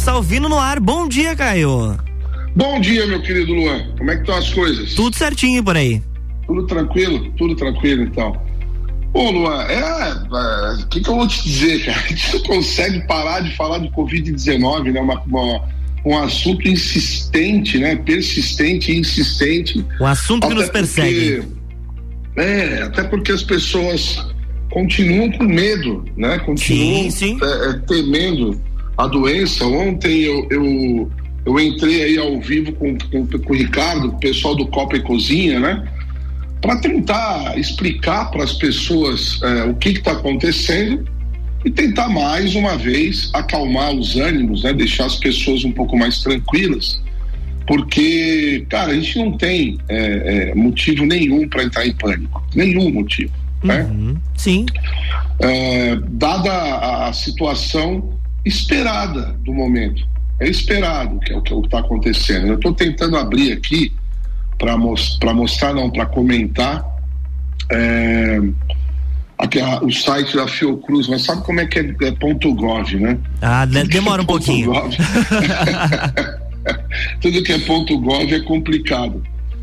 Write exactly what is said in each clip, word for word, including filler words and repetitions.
Salvino no ar. Bom dia, Caio. Bom dia, meu querido Luan. Como é que estão as coisas? Tudo certinho por aí. Tudo tranquilo? Tudo tranquilo, então. Ô, Luan, é... O que, que eu vou te dizer, cara? A gente não consegue parar de falar de covid dezenove, né? Uma, uma, um assunto insistente, né? Persistente e insistente. Um assunto que nos persegue. É, até porque as pessoas continuam com medo, né? Continuam sim, sim. É, é, temendo a doença. Ontem eu, eu, eu entrei aí ao vivo com, com, com o Ricardo, o pessoal do Copa e Cozinha, né? Para tentar explicar para as pessoas é, o que está acontecendo e tentar mais uma vez acalmar os ânimos, né? Deixar as pessoas um pouco mais tranquilas, porque, cara, a gente não tem é, é, motivo nenhum para entrar em pânico, nenhum motivo, né? Uhum, sim. É, dada a, a situação esperada do momento, é esperado que é o que está acontecendo. Eu estou tentando abrir aqui para mos, mostrar, não, para comentar é, aqui, a, o site da Fiocruz, mas sabe como é que é, é ponto .gov, né? Ah, demora um pouquinho. Tudo que é ponto .gov é complicado,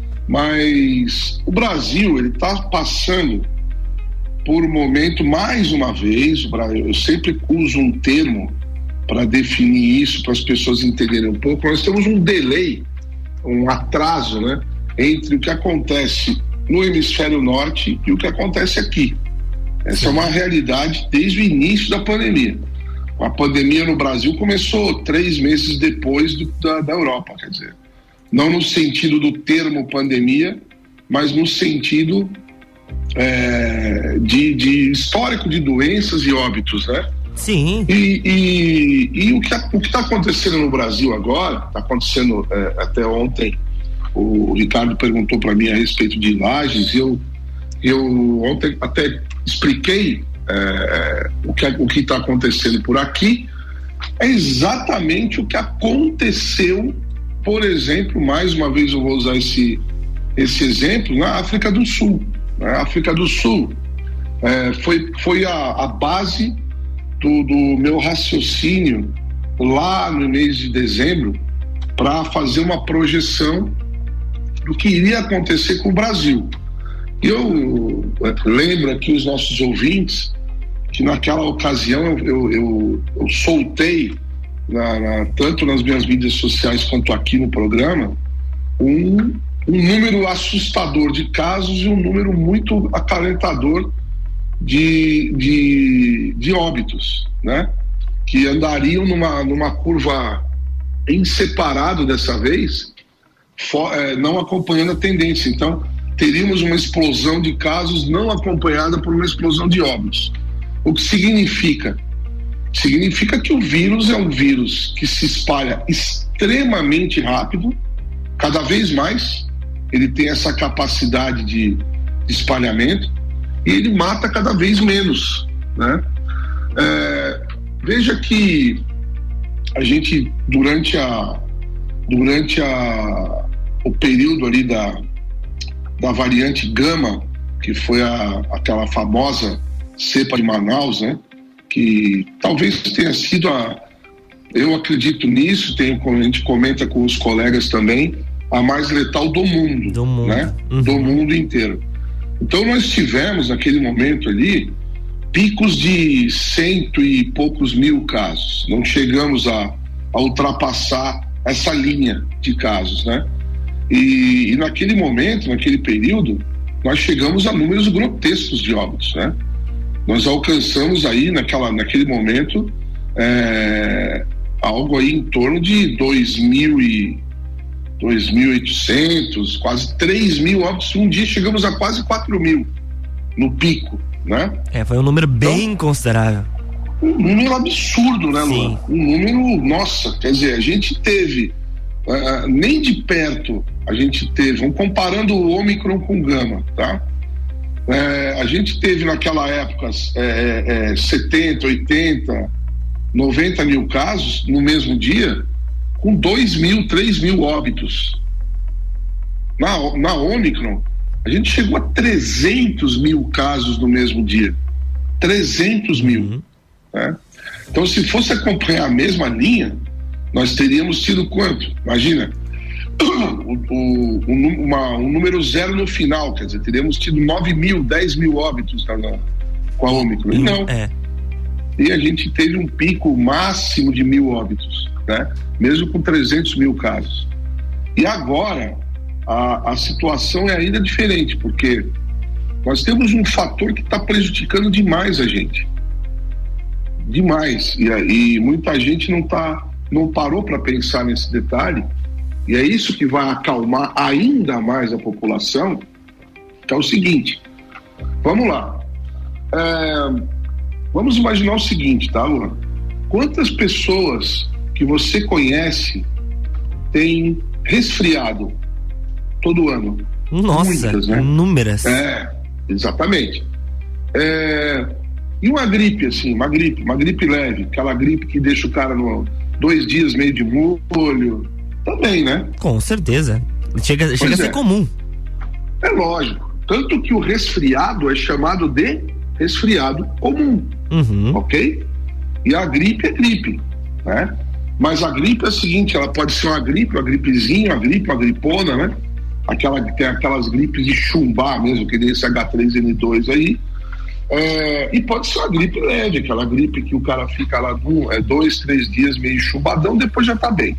mas o Brasil, ele está passando por um momento, mais uma vez, eu sempre uso um termo para definir isso, para as pessoas entenderem um pouco. Nós temos um delay, um atraso, né, entre o que acontece no hemisfério norte e o que acontece aqui. Essa é uma realidade desde o início da pandemia. A pandemia no Brasil começou três meses depois do, da, da Europa, quer dizer, não no sentido do termo pandemia, mas no sentido é, de, de histórico de doenças e óbitos, né? Sim. E, e, e o que o que está acontecendo no Brasil agora, está acontecendo é, até ontem, o, o Ricardo perguntou para mim a respeito de Lages, e eu, eu ontem até expliquei é, o que o que está acontecendo por aqui, é exatamente o que aconteceu, por exemplo, mais uma vez eu vou usar esse, esse exemplo, na África do Sul. Na África do Sul é, foi, foi a, a base Do, do meu raciocínio lá no mês de dezembro para fazer uma projeção do que iria acontecer com o Brasil. Eu lembro aqui os nossos ouvintes que naquela ocasião eu, eu, eu, eu soltei na, na, tanto nas minhas mídias sociais quanto aqui no programa um, um número assustador de casos e um número muito acalentador De, de, de óbitos, né? Que andariam numa, numa curva em separado dessa vez, for, é, não acompanhando a tendência. Então, teríamos uma explosão de casos não acompanhada por uma explosão de óbitos. O que significa? Significa que o vírus é um vírus que se espalha extremamente rápido, cada vez mais, ele tem essa capacidade de, de espalhamento, e ele mata cada vez menos, né? É, veja que a gente, durante a durante a o período ali da da variante Gama, que foi a, aquela famosa cepa de Manaus, né? Que talvez tenha sido a, eu acredito nisso, tenho, a gente comenta com os colegas também, a mais letal do mundo, do mundo, né? Uhum. Do mundo inteiro. Então nós tivemos naquele momento ali picos de cento e poucos mil casos. Não chegamos a, a ultrapassar essa linha de casos, né? E, e naquele momento, naquele período, nós chegamos a números grotescos de óbitos, né? Nós alcançamos aí naquela, naquele momento é, algo aí em torno de dois mil e dois mil e oitocentos, quase três mil óbitos. Um dia chegamos a quase quatro mil no pico, né? É, foi um número bem então, considerável. Um número absurdo, né, Luan? Sim. Um número, nossa, quer dizer, a gente teve, uh, nem de perto a gente teve, vamos comparando o Ômicron com o Gama, tá? É, a gente teve naquela época é, é, setenta, oitenta, noventa mil casos no mesmo dia, com dois mil, três mil óbitos. Na, na Ômicron, a gente chegou a trezentos mil casos no mesmo dia. trezentos mil. Uhum. Né? Então, se fosse acompanhar a mesma linha, nós teríamos tido quanto? Imagina, o, o, um, uma, um número zero no final, quer dizer, teríamos tido nove mil, dez mil óbitos tá, na, com a Ômicron. Hum, Não. É. E a gente teve um pico máximo de mil óbitos, né? Mesmo com trezentos mil casos. E agora, a, a situação é ainda diferente, porque nós temos um fator que está prejudicando demais a gente. Demais. E, e muita gente não, tá, não parou para pensar nesse detalhe. E é isso que vai acalmar ainda mais a população, que é o seguinte. Vamos lá. É, vamos imaginar o seguinte, tá, Luan? Quantas pessoas que você conhece têm resfriado todo ano? Nossa, muitas, né? Inúmeras. É, exatamente. É, e uma gripe, assim, uma gripe, uma gripe leve, aquela gripe que deixa o cara no, dois dias meio de molho, também, né? Com certeza. Chega, chega a ser é. comum. É lógico. Tanto que o resfriado é chamado de resfriado comum, Uhum. ok? E a gripe é gripe, né? Mas a gripe é o seguinte, ela pode ser uma gripe, uma gripezinha, uma gripe, uma gripona, né? Aquela, tem aquelas gripes de chumbar mesmo, que nem esse agá três ene dois aí. É, e pode ser uma gripe leve, aquela gripe que o cara fica lá um, é, dois, três dias meio chumbadão, depois já tá bem.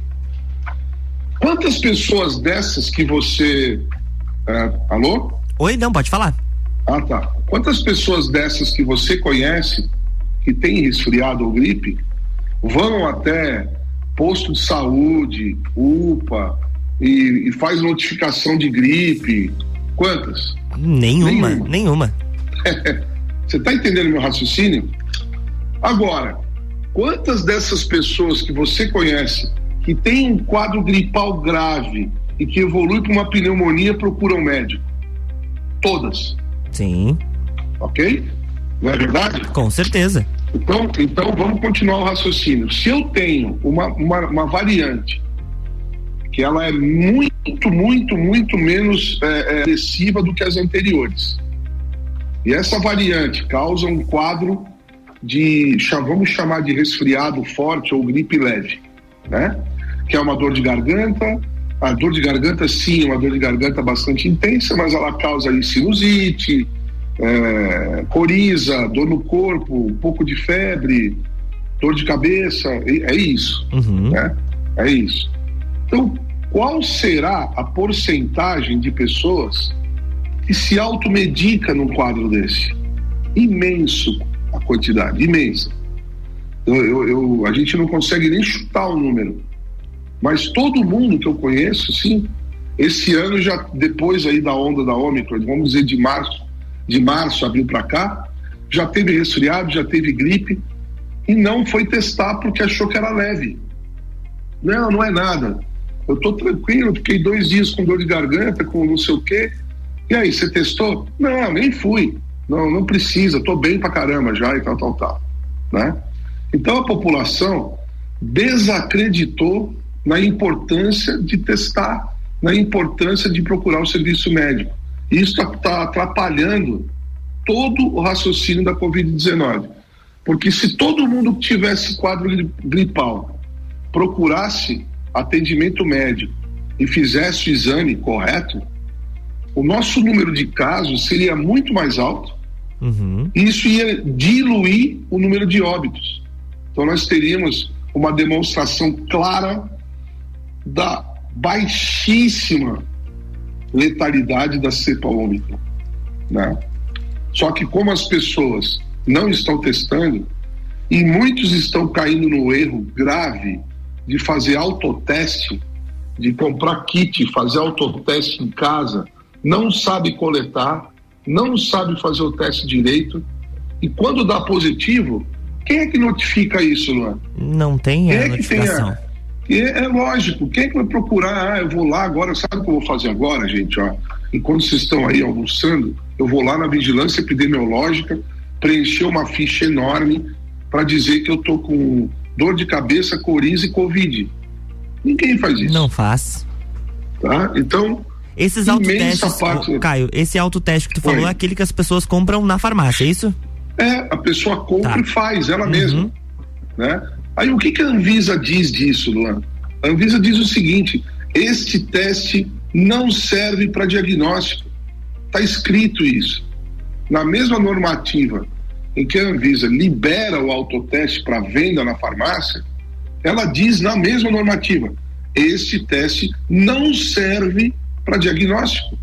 Quantas pessoas dessas que você... É, alô? Oi, não, pode falar. Ah, tá. Quantas pessoas dessas que você conhece, que tem resfriado ou gripe, vão até posto de saúde, U P A, e, e faz notificação de gripe? Quantas? Nenhuma, Nenhuma. nenhuma. Você está entendendo meu raciocínio? Agora, quantas dessas pessoas que você conhece que tem um quadro gripal grave e que evolui para uma pneumonia procuram médico? Todas. Sim. Ok? Não é verdade? Com certeza. Então, então vamos continuar o raciocínio. Se eu tenho uma, uma, uma variante que ela é muito, muito, muito menos é, é, agressiva do que as anteriores, e essa variante causa um quadro de, vamos chamar de resfriado forte ou gripe leve, né? Que é uma dor de garganta. A dor de garganta, sim, é uma dor de garganta bastante intensa, mas ela causa aí sinusite, é, coriza, dor no corpo, um pouco de febre, dor de cabeça, é isso, Uhum. né? É isso. Então, qual será a porcentagem de pessoas que se automedica num quadro desse? Imenso a quantidade, imensa. Eu, eu, eu, a gente não consegue nem chutar o número. Mas todo mundo que eu conheço, sim, esse ano já, depois aí da onda da Ômicron, vamos dizer de março, de março, abril para cá, já teve resfriado, já teve gripe e não foi testar porque achou que era leve. Não, não é nada. Eu tô tranquilo, fiquei dois dias com dor de garganta, com não sei o quê. E aí, você testou? Não, nem fui. Não, não precisa, tô bem pra caramba já e tal, tal, tal, né? Então a população desacreditou na importância de testar, na importância de procurar o serviço médico. E isso está atrapalhando todo o raciocínio da covid dezenove. Porque se todo mundo que tivesse quadro gripal procurasse atendimento médico e fizesse o exame correto, o nosso número de casos seria muito mais alto. Uhum. E isso ia diluir o número de óbitos. Então nós teríamos uma demonstração clara da baixíssima letalidade da cepa Ômicron, né? Só que como as pessoas não estão testando e muitos estão caindo no erro grave de fazer autoteste, de comprar kit, fazer autoteste em casa, não sabe coletar, não sabe fazer o teste direito, e quando dá positivo, quem é que notifica isso, Luan? Não tem Quem a é que tem notificação. a... É, é lógico, quem é que vai procurar? Ah, eu vou lá agora, sabe o que eu vou fazer agora, gente? Ó, enquanto vocês estão aí almoçando, eu vou lá na vigilância epidemiológica, preencher uma ficha enorme para dizer que eu tô com dor de cabeça, coriza e covid. Ninguém faz isso. Não faz. Tá? Então, esses autotestes, parte... Caio, esse autoteste que tu falou Oi. é aquele que as pessoas compram na farmácia, é isso? É, a pessoa compra Tá. e faz ela Uhum. mesma, né? Aí o que, que a Anvisa diz disso, Luan? A Anvisa diz o seguinte: este teste não serve para diagnóstico. Está escrito isso. Na mesma normativa em que a Anvisa libera o autoteste para venda na farmácia, ela diz na mesma normativa: este teste não serve para diagnóstico.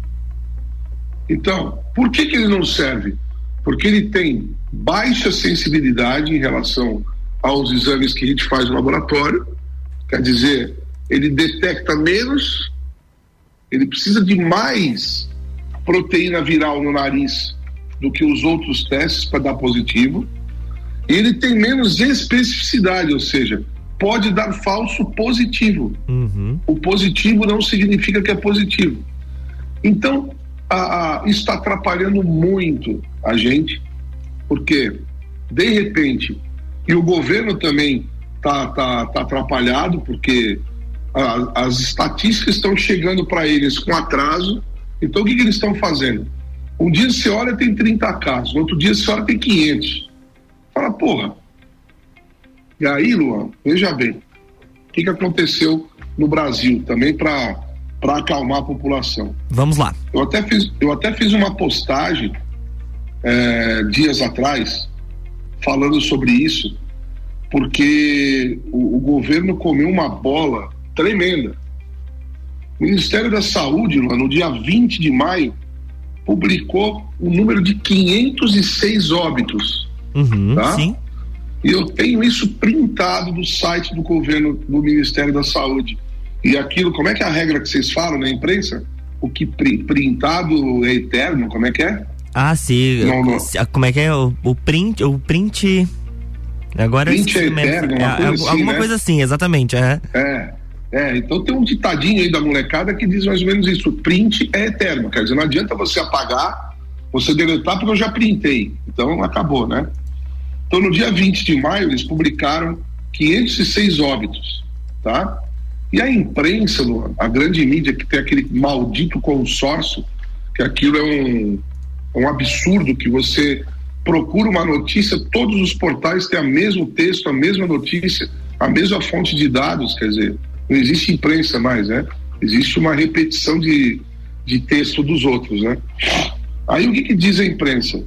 Então, por que que ele não serve? Porque ele tem baixa sensibilidade em relação aos exames que a gente faz no laboratório, quer dizer, ele detecta menos, ele precisa de mais proteína viral no nariz do que os outros testes para dar positivo, e ele tem menos especificidade, ou seja, pode dar falso positivo. Uhum. O positivo não significa que é positivo. Então, a, a, isso está atrapalhando muito a gente, porque, de repente, e o governo também está tá, tá atrapalhado, porque a, as estatísticas estão chegando para eles com atraso. Então, o que, que eles estão fazendo? Um dia você olha, tem trinta casos, no outro dia você olha, tem quinhentos. Fala, porra. E aí, Luan, veja bem, o que, que aconteceu no Brasil também para para acalmar a população. Vamos lá. Eu até fiz, eu até fiz uma postagem é, dias atrás falando sobre isso, porque o, o governo comeu uma bola tremenda. O Ministério da Saúde, no dia vinte de maio, publicou o um número de quinhentos e seis óbitos. Uhum, tá? Sim. E eu tenho isso printado do site do governo, do Ministério da Saúde. E aquilo, como é que é a regra que vocês falam na imprensa? O que printado é eterno, como é que é? Ah, sim. Não, não. Como é que é? O, o print, o print... Agora print é eterno, uma coisa é, assim, alguma né? coisa assim, exatamente. É. é, é, então tem um ditadinho aí da molecada que diz mais ou menos isso: o print é eterno, quer dizer, não adianta você apagar, você deletar, porque eu já printei, então acabou, né? Então no dia vinte de maio eles publicaram quinhentos e seis óbitos, tá? E a imprensa, a grande mídia, que tem aquele maldito consórcio, que aquilo é um, um absurdo, que você procura uma notícia, todos os portais têm o mesmo texto, a mesma notícia, a mesma fonte de dados, quer dizer, não existe imprensa mais, né? Existe uma repetição de, de texto dos outros, né? Aí o que, que diz a imprensa?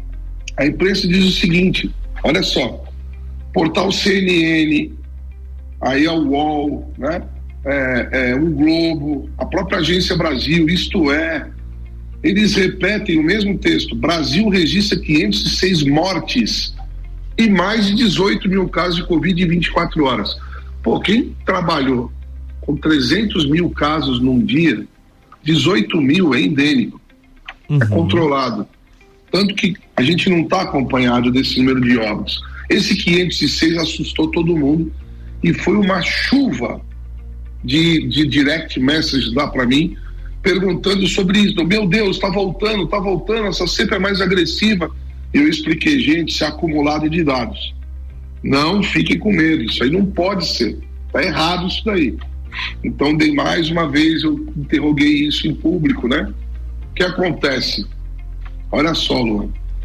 A imprensa diz o seguinte: olha só, portal C N N, aí a U O L, né? É, é, o Globo, a própria Agência Brasil, Isto É, eles repetem o mesmo texto: Brasil registra quinhentos e seis mortes e mais de dezoito mil casos de Covid em vinte e quatro horas. Pô, quem trabalhou com trezentos mil casos num dia, dezoito mil é endêmico, uhum. É controlado. Tanto que a gente não está acompanhado desse número de óbitos. Esse quinhentos e seis assustou todo mundo e foi uma chuva de, de direct message lá para mim, perguntando sobre isso. Meu Deus, está voltando, está voltando, essa cepa é mais agressiva. Eu expliquei, gente, isso é acumulado de dados. Não fiquem com medo, isso aí não pode ser. Está errado isso daí. Então, dei mais uma vez, eu interroguei isso em público, né? O que acontece? Olha só, Luan.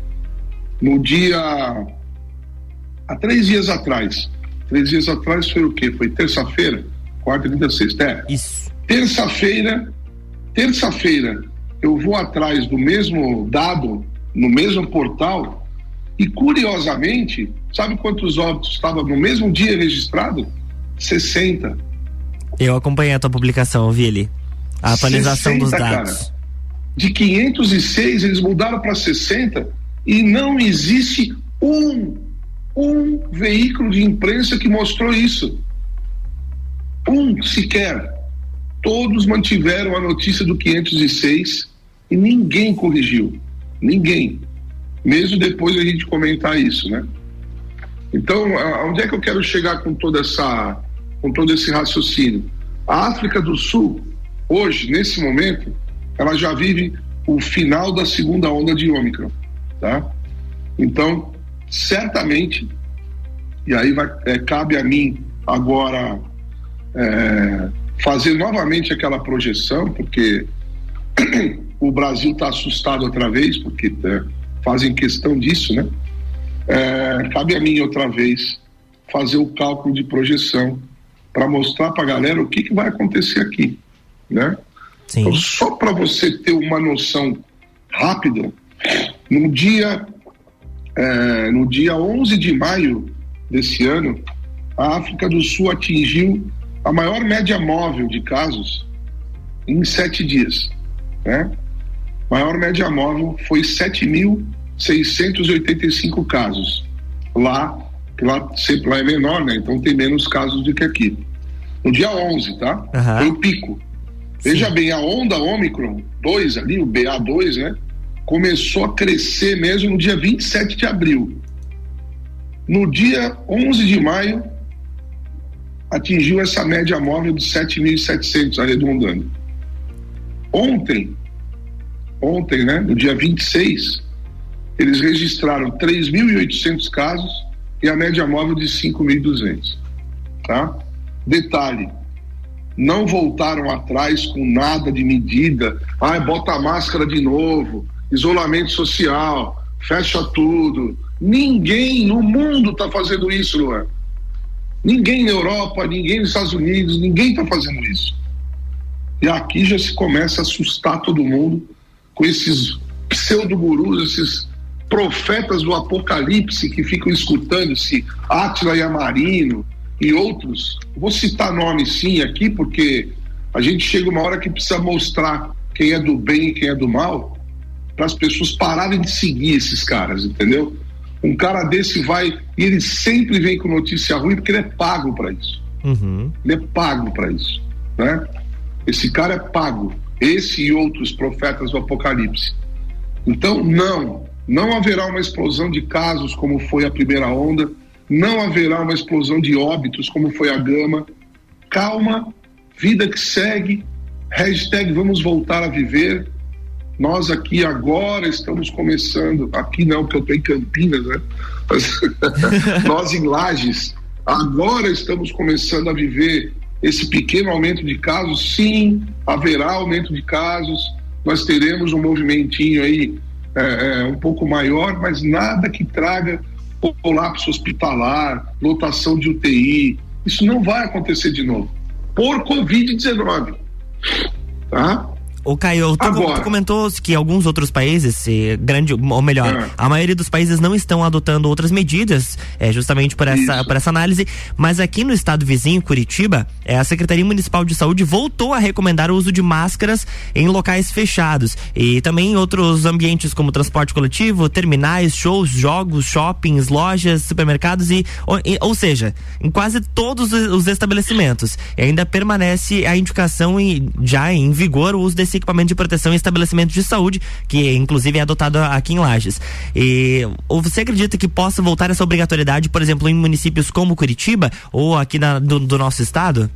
No dia... Há três dias atrás. Três dias atrás foi o quê? Foi terça-feira? Quarta, quinta, sexta. É. Isso. Terça-feira, terça-feira, eu vou atrás do mesmo dado, no mesmo portal, e curiosamente, sabe quantos óbitos estavam no mesmo dia registrado? sessenta. Eu acompanhei a tua publicação, eu vi ali. A atualização sessenta, dos dados. Cara. De quinhentos e seis, eles mudaram para sessenta e não existe um, um veículo de imprensa que mostrou isso. Um sequer. Todos mantiveram a notícia do quinhentos e seis e ninguém corrigiu. Ninguém. Mesmo depois a gente comentar isso, né? Então, onde é que eu quero chegar com toda essa, com todo esse raciocínio? A África do Sul, hoje, nesse momento, ela já vive o final da segunda onda de Ômicron, tá? Então, certamente, e aí vai, é, cabe a mim agora é, fazer novamente aquela projeção, porque o Brasil está assustado outra vez, porque é, fazem questão disso, né? É, cabe a mim outra vez fazer o cálculo de projeção para mostrar para a galera o que, que vai acontecer aqui, né? Sim. Então, só para você ter uma noção rápida, no dia, é, no dia onze de maio desse ano, a África do Sul atingiu a maior média móvel de casos em sete dias, né? Maior média móvel foi sete mil seiscentos e oitenta e cinco casos. Lá, lá, sempre, lá é menor, né? Então tem menos casos do que aqui. No dia onze, tá? Uhum. Foi o pico. Sim. Veja bem, a onda Ômicron dois ali, o B A dois, né? Começou a crescer mesmo no dia vinte e sete de abril. No dia onze de maio, atingiu essa média móvel de sete mil e setecentos, arredondando. Ontem, ontem, né? No dia vinte e seis, eles registraram três mil e oitocentos casos e a média móvel de cinco mil e duzentos, tá? Detalhe, não voltaram atrás com nada de medida, ai, bota a máscara de novo, isolamento social, fecha tudo. Ninguém no mundo está fazendo isso, Luan. Ninguém na Europa, ninguém nos Estados Unidos, ninguém está fazendo isso. E aqui já se começa a assustar todo mundo com esses pseudo-gurus, esses profetas do apocalipse que ficam escutando-se, Átila Yamarino e outros. Vou citar nomes sim aqui, porque a gente chega uma hora que precisa mostrar quem é do bem e quem é do mal, para as pessoas pararem de seguir esses caras, entendeu? Um cara desse vai, e ele sempre vem com notícia ruim porque ele é pago para isso. Uhum. Ele é pago para isso, né? Esse cara é pago, esse e outros profetas do apocalipse. Então, não, não haverá uma explosão de casos como foi a primeira onda, não haverá uma explosão de óbitos como foi a Gama. Calma, vida que segue, hashtag vamos voltar a viver. Nós aqui agora estamos começando, aqui não, porque eu estou em Campinas, né? Mas, nós em Lages, agora estamos começando a viver esse pequeno aumento de casos. Sim, haverá aumento de casos, nós teremos um movimentinho aí é, é, um pouco maior, mas nada que traga colapso hospitalar, lotação de U T I, isso não vai acontecer de novo, por covid dezenove, tá? Ô Caio, tu, tu comentou que alguns outros países, se, grande, ou melhor, é. a maioria dos países não estão adotando outras medidas, é, justamente por essa, por essa análise, mas aqui no estado vizinho, Curitiba, é, a Secretaria Municipal de Saúde voltou a recomendar o uso de máscaras em locais fechados e também em outros ambientes como transporte coletivo, terminais, shows, jogos, shoppings, lojas, supermercados e, ou, e, ou seja, em quase todos os estabelecimentos. E ainda permanece a indicação em, já em vigor o uso desse equipamento de proteção em estabelecimentos de saúde, que inclusive é adotado aqui em Lages. E você acredita que possa voltar essa obrigatoriedade, por exemplo, em municípios como Curitiba ou aqui na, do, do nosso estado?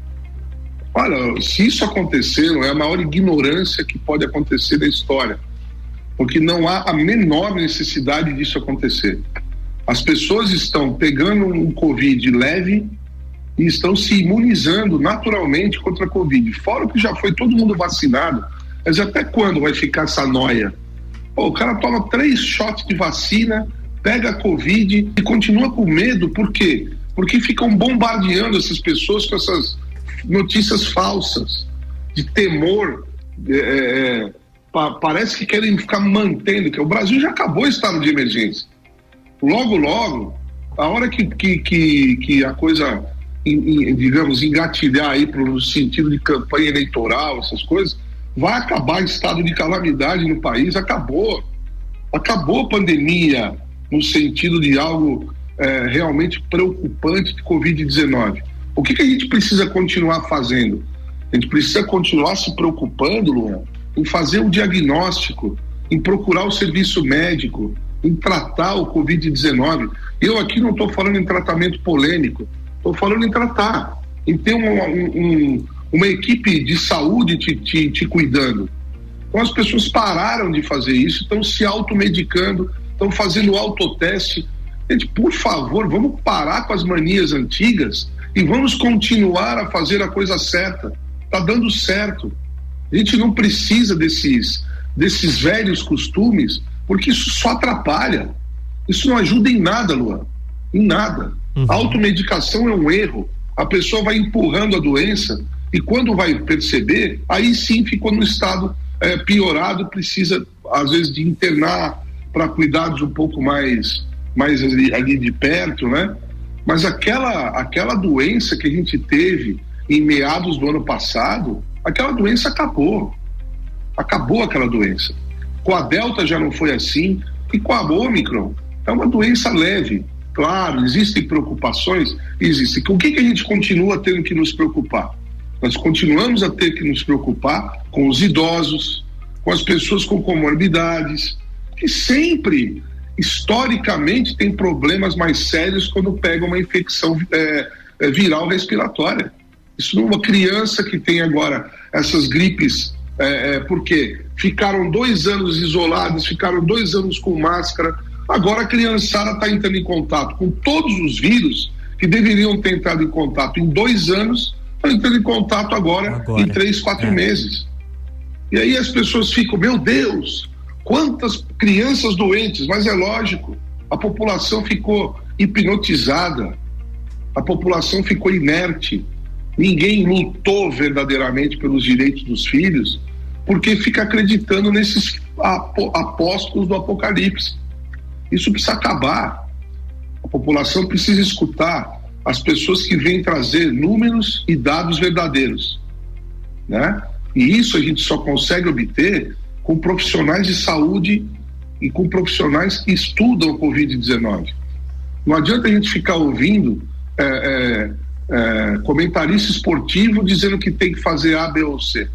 Olha, se isso acontecer, não é a maior ignorância que pode acontecer da história, porque não há a menor necessidade disso acontecer. As pessoas estão pegando um Covid leve e estão se imunizando naturalmente contra a Covid. Fora que já foi todo mundo vacinado, mas até quando vai ficar essa noia? Pô, o cara toma três shots de vacina, pega a Covid e continua com medo. Por quê? Porque ficam bombardeando essas pessoas com essas notícias falsas, de temor. É, é, pa, parece que querem ficar mantendo, que o Brasil já acabou o estado de emergência. Logo, logo, a hora que, que, que, que a coisa... Em, em, digamos, engatilhar aí pro sentido de campanha eleitoral, essas coisas, vai acabar em estado de calamidade no país. Acabou. Acabou a pandemia no sentido de algo é, realmente preocupante de covid dezenove. O que, que a gente precisa continuar fazendo? A gente precisa continuar se preocupando, Luan, em fazer o diagnóstico, em procurar o serviço médico, em tratar o covid dezenove. Eu aqui não estou falando em tratamento polêmico, estou falando em tratar, em ter uma, um, uma equipe de saúde te, te, te cuidando. Então as pessoas pararam de fazer isso, estão se automedicando, estão fazendo autoteste. Gente, por favor, vamos parar com as manias antigas e vamos continuar a fazer a coisa certa. Está dando certo. A gente não precisa desses, desses velhos costumes, porque isso só atrapalha. Isso não ajuda em nada, Luan. Em nada. Uhum. A automedicação é um erro. A pessoa vai empurrando a doença e quando vai perceber, aí sim ficou no estado é, piorado, precisa às vezes de internar para cuidados um pouco mais, mais ali, ali de perto, né? Mas aquela, aquela doença que a gente teve em meados do ano passado, aquela doença acabou. Acabou aquela doença. Com a Delta já não foi assim, e com a Ômicron é uma doença leve. Claro, existem preocupações, existem. Com o que, que a gente continua tendo que nos preocupar? Nós continuamos a ter que nos preocupar com os idosos, com as pessoas com comorbidades, que sempre, historicamente, tem problemas mais sérios quando pega uma infecção é, é, viral respiratória. Isso numa criança que tem agora essas gripes, é, é, porque ficaram dois anos isolados, ficaram dois anos com máscara. Agora a criançada está entrando em contato com todos os vírus que deveriam ter entrado em contato em dois anos, estão entrando em contato agora, agora. em três, quatro é. meses. E aí as pessoas ficam, meu Deus, quantas crianças doentes, mas é lógico, a população ficou hipnotizada, a população ficou inerte, ninguém lutou verdadeiramente pelos direitos dos filhos, porque fica acreditando nesses apóstolos do apocalipse. Isso precisa acabar. A população precisa escutar as pessoas que vêm trazer números e dados verdadeiros, né? E isso a gente só consegue obter com profissionais de saúde e com profissionais que estudam o covid dezenove. Não adianta a gente ficar ouvindo é, é, é, comentarista esportivo dizendo que tem que fazer A, B ou C.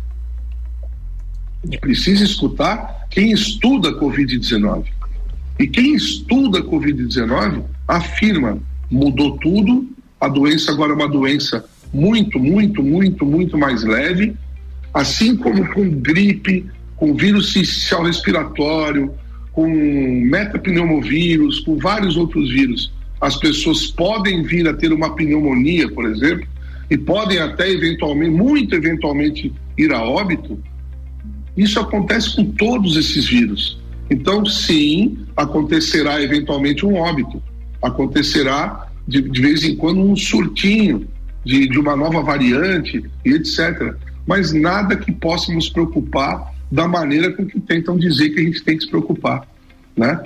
A gente precisa escutar quem estuda covid dezenove. E quem estuda covid dezenove afirma, mudou tudo, a doença agora é uma doença muito, muito, muito, muito mais leve, assim como com gripe, com vírus sincicial respiratório, com metapneumovírus, com vários outros vírus. As pessoas podem vir a ter uma pneumonia, por exemplo, e podem até eventualmente, muito eventualmente, ir a óbito. Isso acontece com todos esses vírus. Então, sim, acontecerá eventualmente um óbito, acontecerá de, de vez em quando um surtinho de, de uma nova variante e etcétera. Mas nada que possa nos preocupar da maneira com que tentam dizer que a gente tem que se preocupar, né?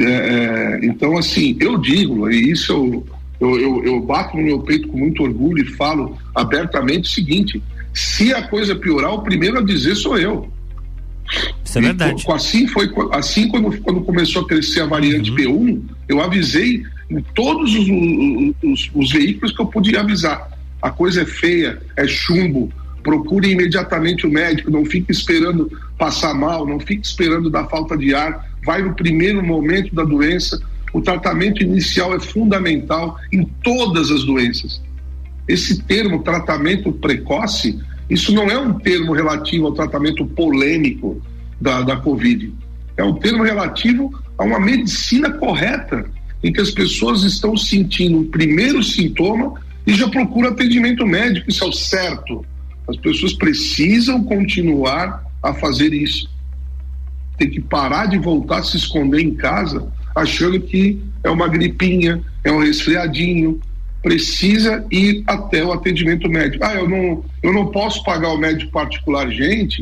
É, então, assim, eu digo, e isso eu, eu, eu, eu bato no meu peito com muito orgulho e falo abertamente o seguinte: se a coisa piorar, o primeiro a dizer sou eu. Isso é verdade. E, assim foi, assim quando, quando começou a crescer a variante uhum. P um, eu avisei em todos os, os, os veículos que eu podia avisar. A coisa é feia, é chumbo, procure imediatamente o médico, não fique esperando passar mal, não fique esperando dar falta de ar, vai no primeiro momento da doença. O tratamento inicial é fundamental em todas as doenças. Esse termo, tratamento precoce, isso não é um termo relativo ao tratamento polêmico da, da Covid. É um termo relativo a uma medicina correta, em que as pessoas estão sentindo o primeiro sintoma e já procuram atendimento médico. Isso é o certo. As pessoas precisam continuar a fazer isso. Tem que parar de voltar a se esconder em casa achando que é uma gripinha, é um resfriadinho. Precisa ir até o atendimento médico. Ah, eu não, eu não posso pagar o médico particular. Gente,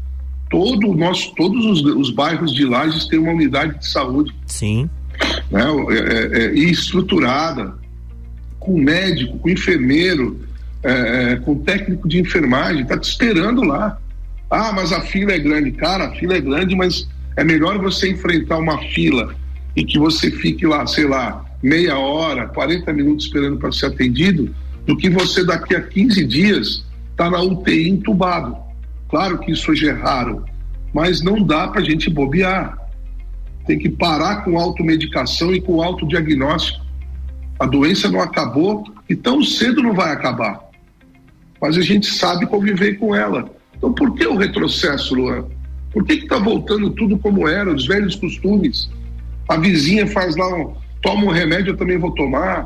todo nosso, todos os, os bairros de Lages têm uma unidade de saúde. Sim. Né? É, é, e estruturada, com médico, com enfermeiro, é, com técnico de enfermagem, está te esperando lá. Ah, mas a fila é grande. Cara, a fila é grande, mas é melhor você enfrentar uma fila e que você fique lá, sei lá, meia hora, quarenta minutos esperando para ser atendido, do que você daqui a quinze dias tá na U T I entubado. Claro que isso hoje é raro, mas não dá para a gente bobear. Tem que parar com automedicação e com autodiagnóstico. A doença não acabou e tão cedo não vai acabar. Mas a gente sabe conviver com ela. Então por que o retrocesso, Luan? Por que que tá voltando tudo como era, os velhos costumes? A vizinha faz lá um toma um remédio, eu também vou tomar.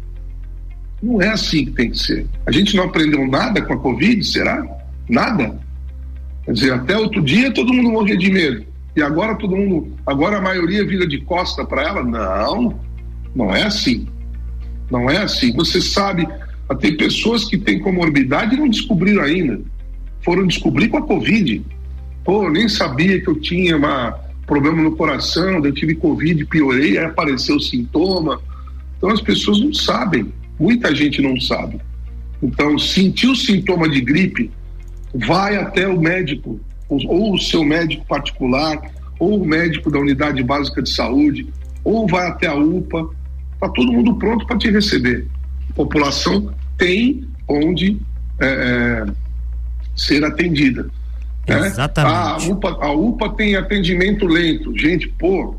Não é assim que tem que ser. A gente não aprendeu nada com a Covid, será? Nada. Quer dizer, até outro dia todo mundo morria de medo. E agora todo mundo, agora a maioria vira de costa para ela? Não, não é assim. Não é assim. Você sabe, tem pessoas que têm comorbidade e não descobriram ainda. Foram descobrir com a Covid. Pô, eu nem sabia que eu tinha uma problema no coração, eu tive Covid, piorei, aí apareceu o sintoma. Então as pessoas não sabem, muita gente não sabe. Então, sentiu sintoma de gripe, vai até o médico, ou o seu médico particular, ou o médico da unidade básica de saúde, ou vai até a U P A, está todo mundo pronto para te receber. A população tem onde é, ser atendida. Né? Exatamente. A U P A, a U P A tem atendimento lento. Gente, pô,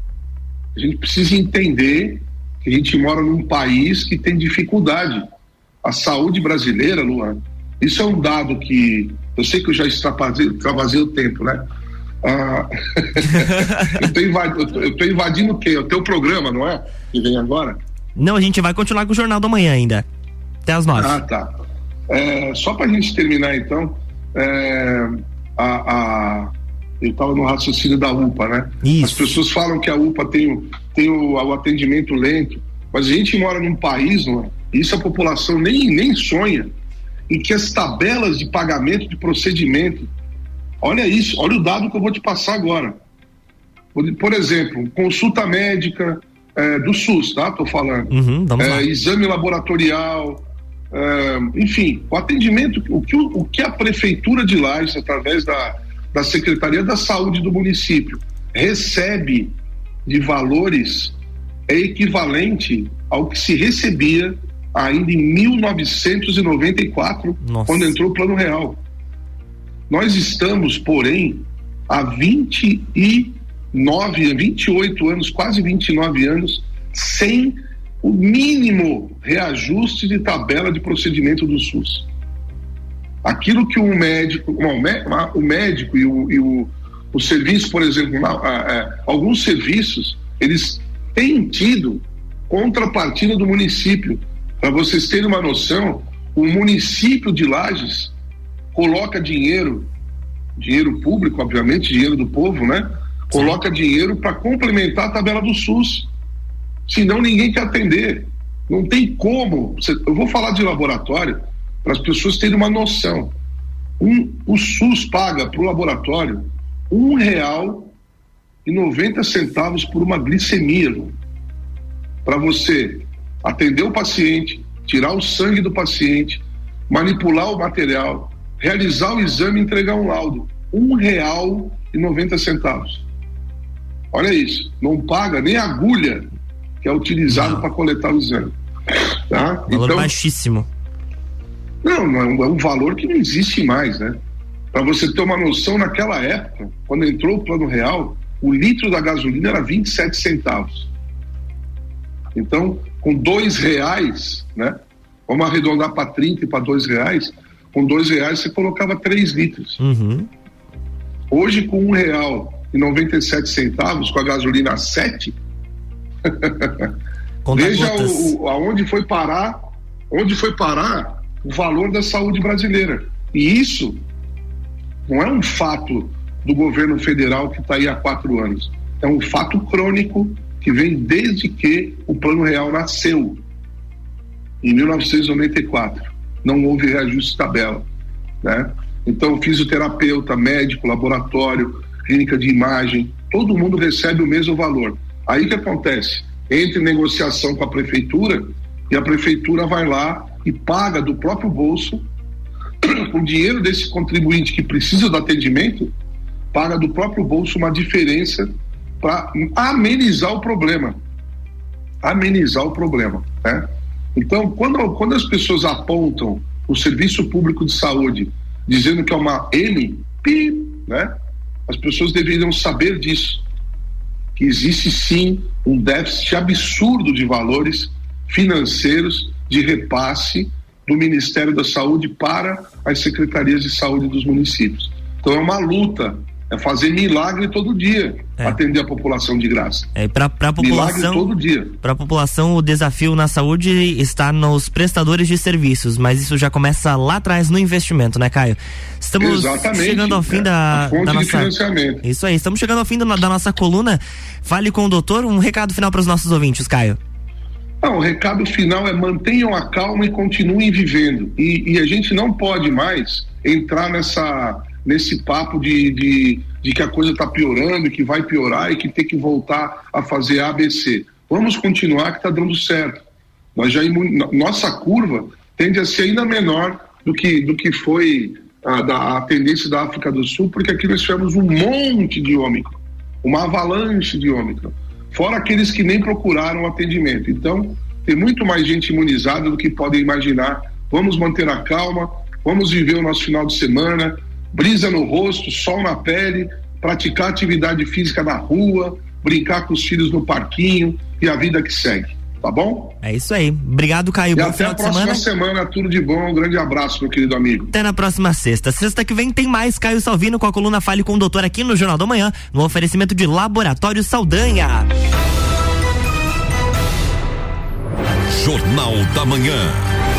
a gente precisa entender que a gente mora num país que tem dificuldade. A saúde brasileira, Luan, isso é um dado que eu sei que eu já extravasei o tempo, né? Ah, eu estou invadindo, invadindo o quê? O teu programa, não é? Que vem agora? Não, a gente vai continuar com o Jornal da Manhã ainda. Até as nove. Ah, tá. É, só para a gente terminar, então, é, a, a, eu estava no raciocínio da U P A, né? Isso. As pessoas falam que a U P A tem, tem o, o atendimento lento, mas a gente mora num país, não é? Isso a população nem, nem sonha, em que as tabelas de pagamento de procedimento, olha isso, olha o dado que eu vou te passar agora. Por exemplo, consulta médica é, do SUS, tá? Tô falando. Uhum, vamos é, lá. Exame laboratorial, é, enfim, o atendimento, o que, o que a Prefeitura de Lages, através da, da Secretaria da Saúde do município, recebe de valores é equivalente ao que se recebia ainda em mil novecentos e noventa e quatro, Nossa. Quando entrou o Plano Real. Nós estamos, porém, há vinte e nove, vinte e oito anos, quase vinte e nove anos, sem o mínimo reajuste de tabela de procedimento do SUS. Aquilo que o médico, o médico e o, e o, o serviço, por exemplo, alguns serviços, eles têm tido contrapartida do município. Para vocês terem uma noção, o município de Lages coloca dinheiro, dinheiro público, obviamente, dinheiro do povo, né? Coloca dinheiro para complementar a tabela do SUS. Senão ninguém quer atender. Não tem como. Eu vou falar de laboratório para as pessoas terem uma noção. Um, o SUS paga para o laboratório um real e noventa centavos por uma glicemia. Para você atender o paciente, tirar o sangue do paciente, manipular o material, realizar o exame e entregar um laudo. Um real e noventa centavos. Olha isso, não paga nem a agulha que é utilizada para coletar o exame. Tá? Valor então, baixíssimo. Não, não é, um, é um valor que não existe mais, né? Para você ter uma noção, naquela época, quando entrou o Plano Real, o litro da gasolina era vinte e sete centavos. Então, com dois reais, né? Vamos arredondar para trinta e para dois reais. Com dois reais você colocava três litros. Uhum. Hoje, com um real e noventa e sete centavos, com a gasolina a sete, veja o, o, aonde foi parar, onde foi parar o valor da saúde brasileira. E isso não é um fato do governo federal que está aí há quatro anos. É um fato crônico que vem desde que o Plano Real nasceu, em mil novecentos e noventa e quatro. Não houve reajuste de tabela, né? Então, fisioterapeuta, médico, laboratório, clínica de imagem, todo mundo recebe o mesmo valor. Aí que acontece? Entra em negociação com a prefeitura e a prefeitura vai lá e paga do próprio bolso, com dinheiro desse contribuinte que precisa do atendimento, paga do próprio bolso uma diferença para amenizar o problema. Amenizar o problema, né? Então, quando, quando as pessoas apontam o Serviço Público de Saúde dizendo que é uma M, pi, né? As pessoas deveriam saber disso, que existe sim um déficit absurdo de valores financeiros de repasse do Ministério da Saúde para as secretarias de saúde dos municípios. Então é uma luta, é fazer milagre todo dia, é. Atender a população de graça. É, para a população, milagre todo dia. Para a população, o desafio na saúde está nos prestadores de serviços, mas isso já começa lá atrás no investimento, né, Caio? Estamos Exatamente, chegando ao fim é. da, a fonte da de nossa financiamento. Isso aí, estamos chegando ao fim da, da nossa coluna. Fale com o doutor, um recado final para os nossos ouvintes, Caio. Não, o recado final é mantenham a calma e continuem vivendo. E, e a gente não pode mais entrar nessa, nesse papo de, de, de que a coisa está piorando, que vai piorar e que tem que voltar a fazer A B C. Vamos continuar que está dando certo. Nós já, nossa curva tende a ser ainda menor do que, do que foi a, da, a tendência da África do Sul, porque aqui nós tivemos um monte de Ômicron, uma avalanche de Ômicron, fora aqueles que nem procuraram atendimento. Então, tem muito mais gente imunizada do que podem imaginar. Vamos manter a calma, vamos viver o nosso final de semana, brisa no rosto, sol na pele, praticar atividade física na rua, brincar com os filhos no parquinho e a vida que segue, tá bom? É isso aí. Obrigado, Caio. E bom até a próxima semana. semana, tudo de bom. Um grande abraço, meu querido amigo. Até na próxima sexta. Sexta que vem tem mais Caio Salvino com a coluna Fale com o Doutor aqui no Jornal da Manhã, no oferecimento de Laboratório Saldanha. Jornal da Manhã.